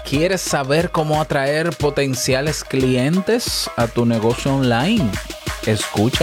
¿Quieres saber cómo atraer potenciales clientes a tu negocio online? Escucha.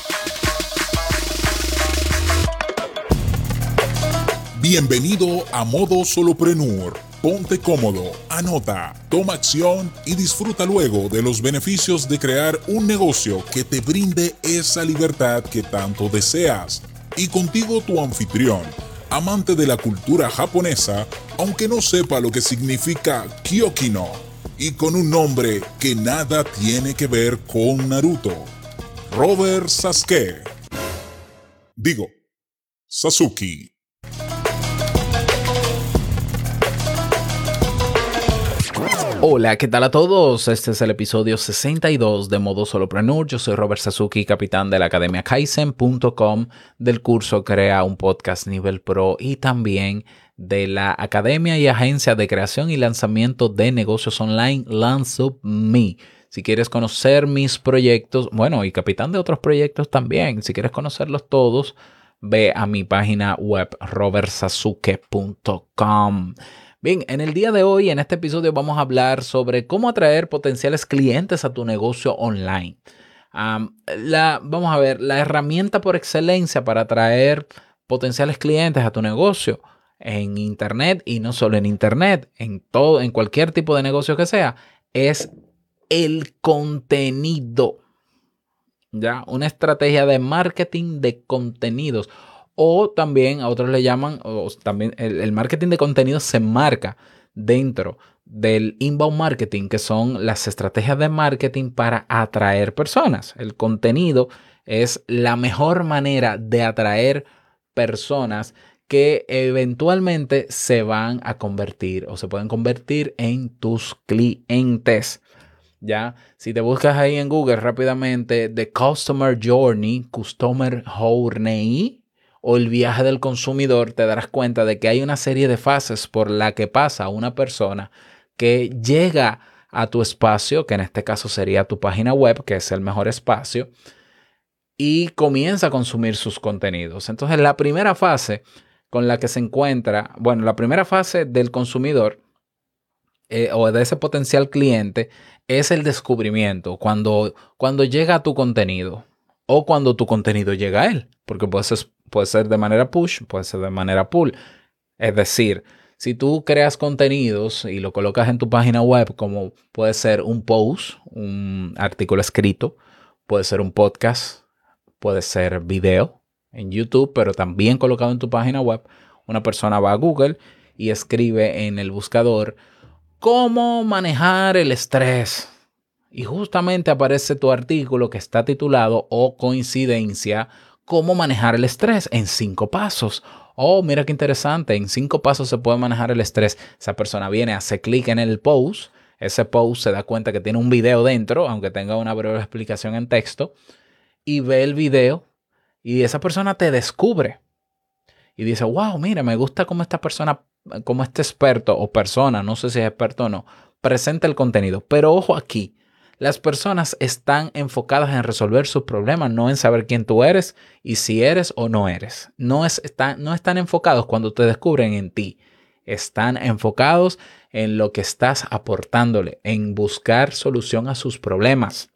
Bienvenido a Modo Solopreneur. Ponte cómodo, anota, toma acción y disfruta luego de los beneficios de crear un negocio que te brinde esa libertad que tanto deseas. Y contigo tu anfitrión, amante de la cultura japonesa, aunque no sepa lo que significa Kyokino, y con un nombre que nada tiene que ver con Naruto, Robert Sasuke. Digo, Sasuke. Hola, ¿qué tal a todos? Este es el episodio 62 de Modo Solopreneur. Yo soy Robert Sasuke, capitán de la Academia Kaizen.com, del curso Crea un Podcast Nivel Pro y también de la Academia y Agencia de Creación y Lanzamiento de Negocios Online, LaunchUpMe. Si quieres conocer mis proyectos, bueno, y capitán de otros proyectos también, si quieres conocerlos todos, ve a mi página web robertsasuke.com. Bien, en el día de hoy, en este episodio, vamos a hablar sobre cómo atraer potenciales clientes a tu negocio online. Vamos a ver, la herramienta por excelencia para atraer potenciales clientes a tu negocio en Internet, y no solo en Internet, en cualquier tipo de negocio que sea, es el contenido. ¿Ya? Una estrategia de marketing de contenidos. O también a otros le llaman, o también el marketing de contenidos se marca dentro del inbound marketing, que son las estrategias de marketing para atraer personas. El contenido es la mejor manera de atraer personas que eventualmente se van a convertir o se pueden convertir en tus clientes. Ya, si te buscas ahí en Google rápidamente The Customer Journey, o el viaje del consumidor, te darás cuenta de que hay una serie de fases por la que pasa una persona que llega a tu espacio, que en este caso sería tu página web, que es el mejor espacio, y comienza a consumir sus contenidos. Entonces, la primera fase con la que se encuentra, bueno, la primera fase del consumidor o de ese potencial cliente es el descubrimiento, cuando llega a tu contenido o cuando tu contenido llega a él, porque puede ser de manera push, puede ser de manera pull. Es decir, si tú creas contenidos y lo colocas en tu página web, como puede ser un post, un artículo escrito, puede ser un podcast, puede ser video en YouTube, pero también colocado en tu página web, una persona va a Google y escribe en el buscador ¿cómo manejar el estrés? Y justamente aparece tu artículo que está titulado, o coincidencia, ¿cómo manejar el estrés en 5 pasos? Oh, mira qué interesante, en 5 pasos se puede manejar el estrés. Esa persona viene, hace clic en el post, ese post se da cuenta que tiene un video dentro, aunque tenga una breve explicación en texto, y ve el video y esa persona te descubre. Y dice, wow, mira, me gusta cómo esta persona, como este experto o persona, no sé si es experto o no, presenta el contenido. Pero ojo aquí, las personas están enfocadas en resolver sus problemas, no en saber quién tú eres y si eres o no eres. No están enfocados cuando te descubren en ti. Están enfocados en lo que estás aportándole, en buscar solución a sus problemas.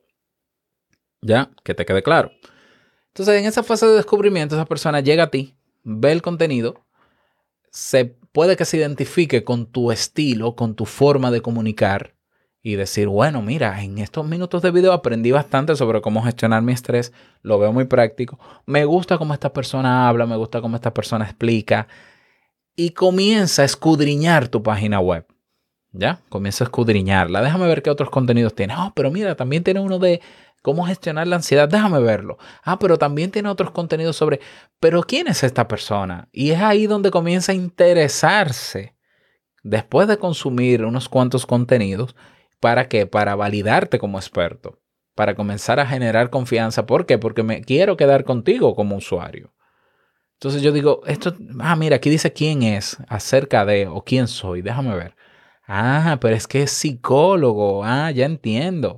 ¿Ya? Que te quede claro. Entonces, en esa fase de descubrimiento, esa persona llega a ti, ve el contenido, puede que se identifique con tu estilo, con tu forma de comunicar y decir, bueno, mira, en estos minutos de video aprendí bastante sobre cómo gestionar mi estrés, lo veo muy práctico, me gusta cómo esta persona habla, me gusta cómo esta persona explica y comienza a escudriñar tu página web. ¿Ya? Comienza a escudriñarla. Déjame ver qué otros contenidos tiene. Oh, pero mira, también tiene uno de cómo gestionar la ansiedad. Déjame verlo. Ah, pero también tiene otros contenidos sobre, pero ¿quién es esta persona? Y es ahí donde comienza a interesarse. Después de consumir unos cuantos contenidos, ¿para qué? Para validarte como experto. Para comenzar a generar confianza. ¿Por qué? Porque me quiero quedar contigo como usuario. Entonces yo digo, mira, aquí dice quién es, acerca de, o quién soy. Déjame ver. Ah, pero es que es psicólogo. Ah, ya entiendo.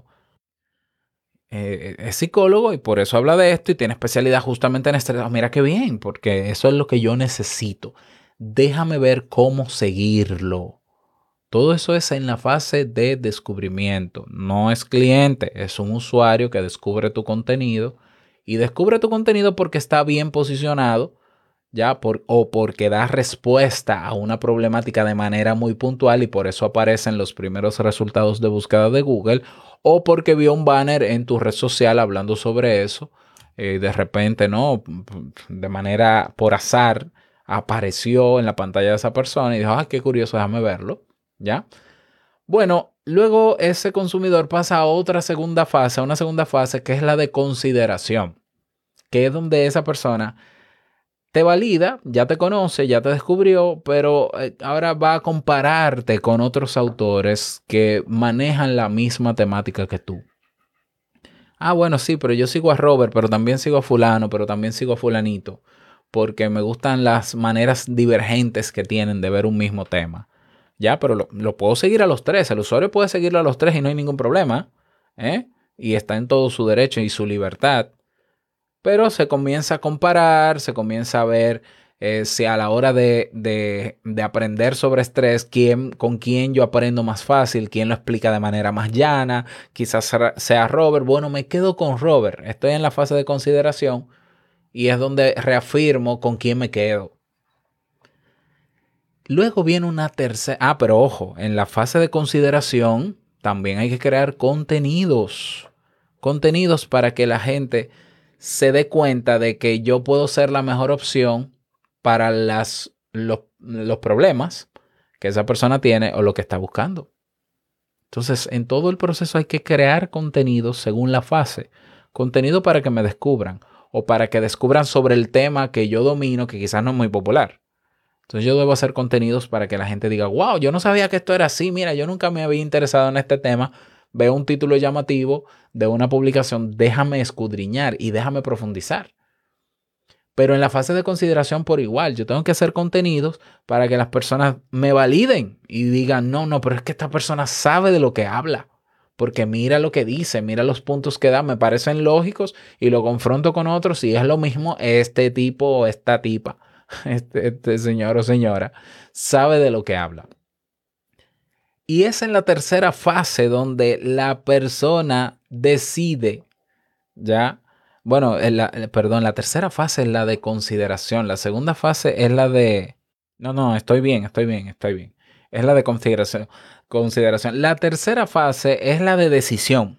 Es psicólogo y por eso habla de esto y tiene especialidad justamente en estrés. Mira qué bien, porque eso es lo que yo necesito. Déjame ver cómo seguirlo. Todo eso es en la fase de descubrimiento. No es cliente, es un usuario que descubre tu contenido y descubre tu contenido porque está bien posicionado, o porque da respuesta a una problemática de manera muy puntual y por eso aparecen los primeros resultados de búsqueda de Google, o porque vio un banner en tu red social hablando sobre eso. De repente, ¿no? De manera por azar apareció en la pantalla de esa persona y dijo, qué curioso, déjame verlo. ¿Ya? Bueno, luego ese consumidor pasa a otra segunda fase, a una segunda fase que es la de consideración, que es donde esa persona te valida, ya te conoce, ya te descubrió, pero ahora va a compararte con otros autores que manejan la misma temática que tú. Bueno, sí, pero yo sigo a Robert, pero también sigo a fulano, pero también sigo a fulanito, porque me gustan las maneras divergentes que tienen de ver un mismo tema. Ya, pero lo puedo seguir a los tres. El usuario puede seguirlo a los tres y no hay ningún problema, ¿eh? Y está en todo su derecho y su libertad. Pero se comienza a comparar, se comienza a ver si a la hora de aprender sobre estrés, con quién yo aprendo más fácil, quién lo explica de manera más llana, quizás sea Robert. Bueno, me quedo con Robert. Estoy en la fase de consideración y es donde reafirmo con quién me quedo. Luego viene una tercera. Pero ojo, en la fase de consideración también hay que crear contenidos. Contenidos para que la gente se dé cuenta de que yo puedo ser la mejor opción para los problemas que esa persona tiene o lo que está buscando. Entonces, en todo el proceso hay que crear contenidos según la fase. Contenido para que me descubran o para que descubran sobre el tema que yo domino, que quizás no es muy popular. Entonces yo debo hacer contenidos para que la gente diga, wow, yo no sabía que esto era así, mira, yo nunca me había interesado en este tema, veo un título llamativo de una publicación, déjame escudriñar y déjame profundizar. Pero en la fase de consideración por igual, yo tengo que hacer contenidos para que las personas me validen y digan, no, pero es que esta persona sabe de lo que habla, porque mira lo que dice, mira los puntos que da, me parecen lógicos y lo confronto con otros y es lo mismo este tipo o esta tipa. Este señor o señora sabe de lo que habla. Y es en la tercera fase donde la persona decide, ¿ya? Bueno, la tercera fase es la de consideración. La segunda fase es la de... No, estoy bien. Es la de consideración. La tercera fase es la de decisión.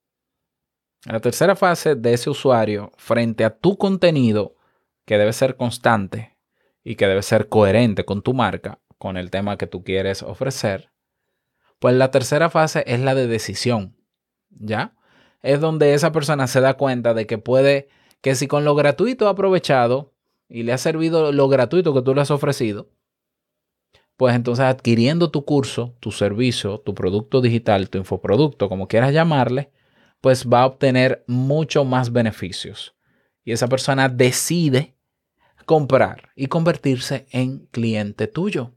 La tercera fase de ese usuario frente a tu contenido, que debe ser constante y que debe ser coherente con tu marca, con el tema que tú quieres ofrecer, pues la tercera fase es la de decisión, ¿ya? Es donde esa persona se da cuenta de que si con lo gratuito ha aprovechado y le ha servido lo gratuito que tú le has ofrecido, pues entonces adquiriendo tu curso, tu servicio, tu producto digital, tu infoproducto, como quieras llamarle, pues va a obtener mucho más beneficios. Y esa persona decide comprar y convertirse en cliente tuyo.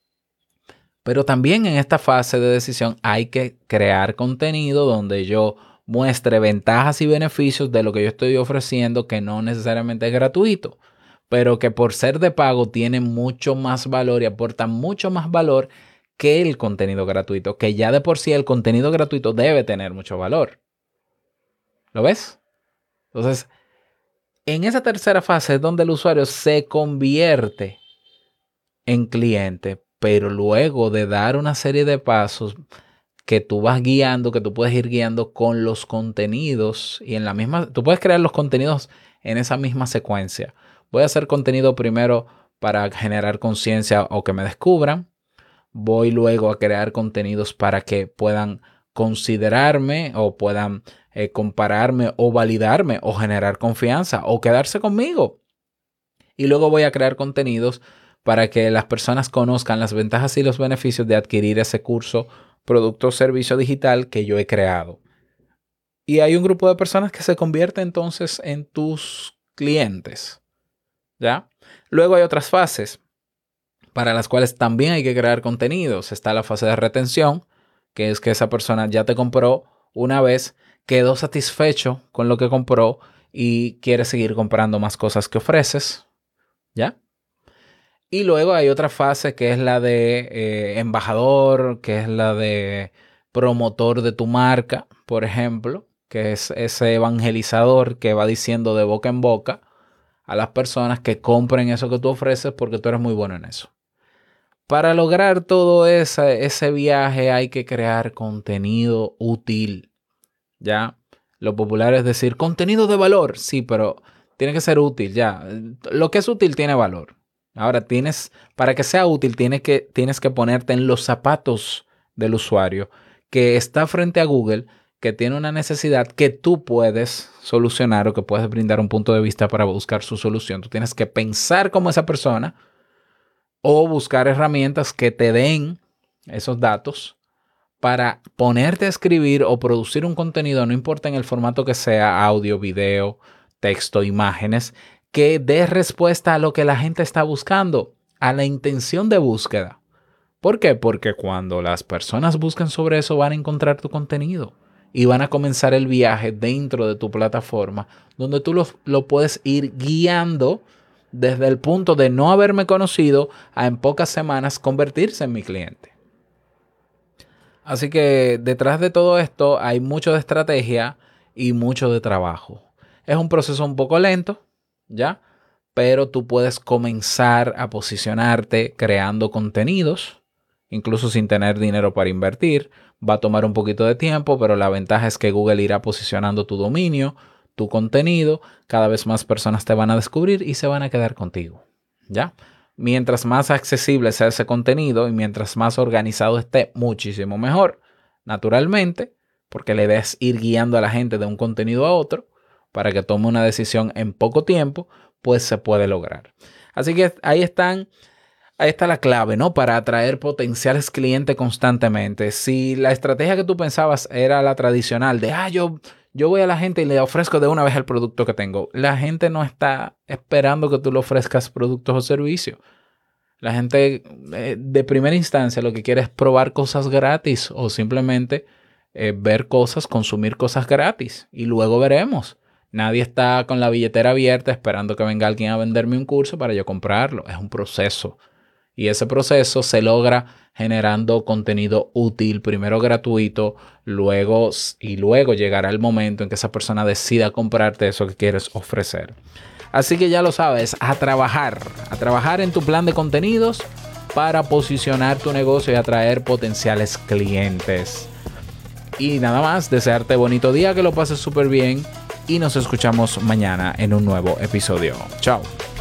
Pero también en esta fase de decisión hay que crear contenido donde yo muestre ventajas y beneficios de lo que yo estoy ofreciendo, que no necesariamente es gratuito, pero que por ser de pago tiene mucho más valor y aporta mucho más valor que el contenido gratuito, que ya de por sí el contenido gratuito debe tener mucho valor. ¿Lo ves? Entonces, en esa tercera fase es donde el usuario se convierte en cliente, pero luego de dar una serie de pasos que tú vas guiando, que tú puedes ir guiando con los contenidos y en la misma, tú puedes crear los contenidos en esa misma secuencia. Voy a hacer contenido primero para generar conciencia o que me descubran. Voy luego a crear contenidos para que puedan considerarme o puedan compararme o validarme o generar confianza o quedarse conmigo. Y luego voy a crear contenidos para que las personas conozcan las ventajas y los beneficios de adquirir ese curso, producto o servicio digital que yo he creado. Y hay un grupo de personas que se convierte entonces en tus clientes, ¿ya? Luego hay otras fases para las cuales también hay que crear contenidos. Está la fase de retención, que es que esa persona ya te compró una vez, quedó satisfecho con lo que compró y quiere seguir comprando más cosas que ofreces, ¿ya? Y luego hay otra fase que es la de embajador, que es la de promotor de tu marca, por ejemplo, que es ese evangelizador que va diciendo de boca en boca a las personas que compren eso que tú ofreces porque tú eres muy bueno en eso. Para lograr todo ese viaje hay que crear contenido útil, ¿ya? Lo popular es decir contenido de valor, sí, pero tiene que ser útil, ya. Lo que es útil tiene valor. Ahora para que sea útil, tienes que ponerte en los zapatos del usuario que está frente a Google, que tiene una necesidad que tú puedes solucionar o que puedes brindar un punto de vista para buscar su solución. Tú tienes que pensar como esa persona o buscar herramientas que te den esos datos para ponerte a escribir o producir un contenido, no importa en el formato que sea, audio, video, texto, imágenes, que dé respuesta a lo que la gente está buscando, a la intención de búsqueda. ¿Por qué? Porque cuando las personas buscan sobre eso van a encontrar tu contenido y van a comenzar el viaje dentro de tu plataforma donde tú lo puedes ir guiando desde el punto de no haberme conocido a en pocas semanas convertirse en mi cliente. Así que detrás de todo esto hay mucho de estrategia y mucho de trabajo. Es un proceso un poco lento, ¿ya? Pero tú puedes comenzar a posicionarte creando contenidos, incluso sin tener dinero para invertir. Va a tomar un poquito de tiempo, pero la ventaja es que Google irá posicionando tu dominio, tu contenido, cada vez más personas te van a descubrir y se van a quedar contigo, ¿ya? Mientras más accesible sea ese contenido y mientras más organizado esté, muchísimo mejor, naturalmente, porque la idea es ir guiando a la gente de un contenido a otro para que tome una decisión en poco tiempo, pues se puede lograr. Así que ahí está la clave, ¿no? Para atraer potenciales clientes constantemente. Si la estrategia que tú pensabas era la tradicional de, yo voy a la gente y le ofrezco de una vez el producto que tengo. La gente no está esperando que tú le ofrezcas productos o servicios. La gente de primera instancia lo que quiere es probar cosas gratis o simplemente ver cosas, consumir cosas gratis y luego veremos. Nadie está con la billetera abierta esperando que venga alguien a venderme un curso para yo comprarlo. Es un proceso. Y ese proceso se logra generando contenido útil, primero gratuito, luego llegará el momento en que esa persona decida comprarte eso que quieres ofrecer. Así que ya lo sabes, a trabajar en tu plan de contenidos para posicionar tu negocio y atraer potenciales clientes. Y nada más, desearte bonito día, que lo pases súper bien y nos escuchamos mañana en un nuevo episodio. Chao.